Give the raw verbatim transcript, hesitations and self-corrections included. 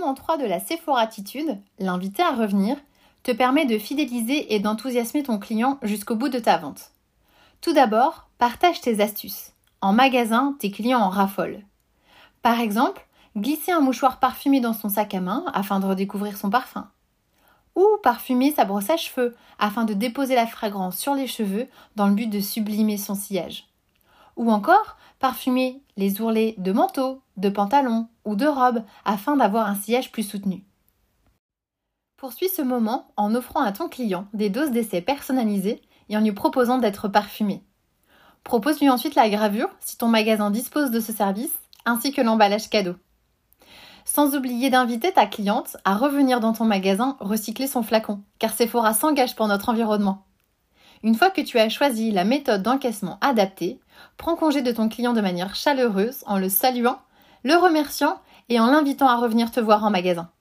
moment trois de la Sephoratitude, l'inviter à revenir, te permet de fidéliser et d'enthousiasmer ton client jusqu'au bout de ta vente. Tout d'abord, partage tes astuces. En magasin, tes clients en raffolent. Par exemple, glisser un mouchoir parfumé dans son sac à main afin de redécouvrir son parfum. Ou parfumer sa brosse à cheveux afin de déposer la fragrance sur les cheveux dans le but de sublimer son sillage. Ou encore, parfumer les ourlets de manteaux, de pantalons ou de robes afin d'avoir un sillage plus soutenu. Poursuis ce moment en offrant à ton client des doses d'essai personnalisées et en lui proposant d'être parfumé. Propose-lui ensuite la gravure si ton magasin dispose de ce service, ainsi que l'emballage cadeau. Sans oublier d'inviter ta cliente à revenir dans ton magasin recycler son flacon, car Sephora s'engage pour notre environnement. Une fois que tu as choisi la méthode d'encaissement adaptée, prends congé de ton client de manière chaleureuse en le saluant, le remerciant et en l'invitant à revenir te voir en magasin.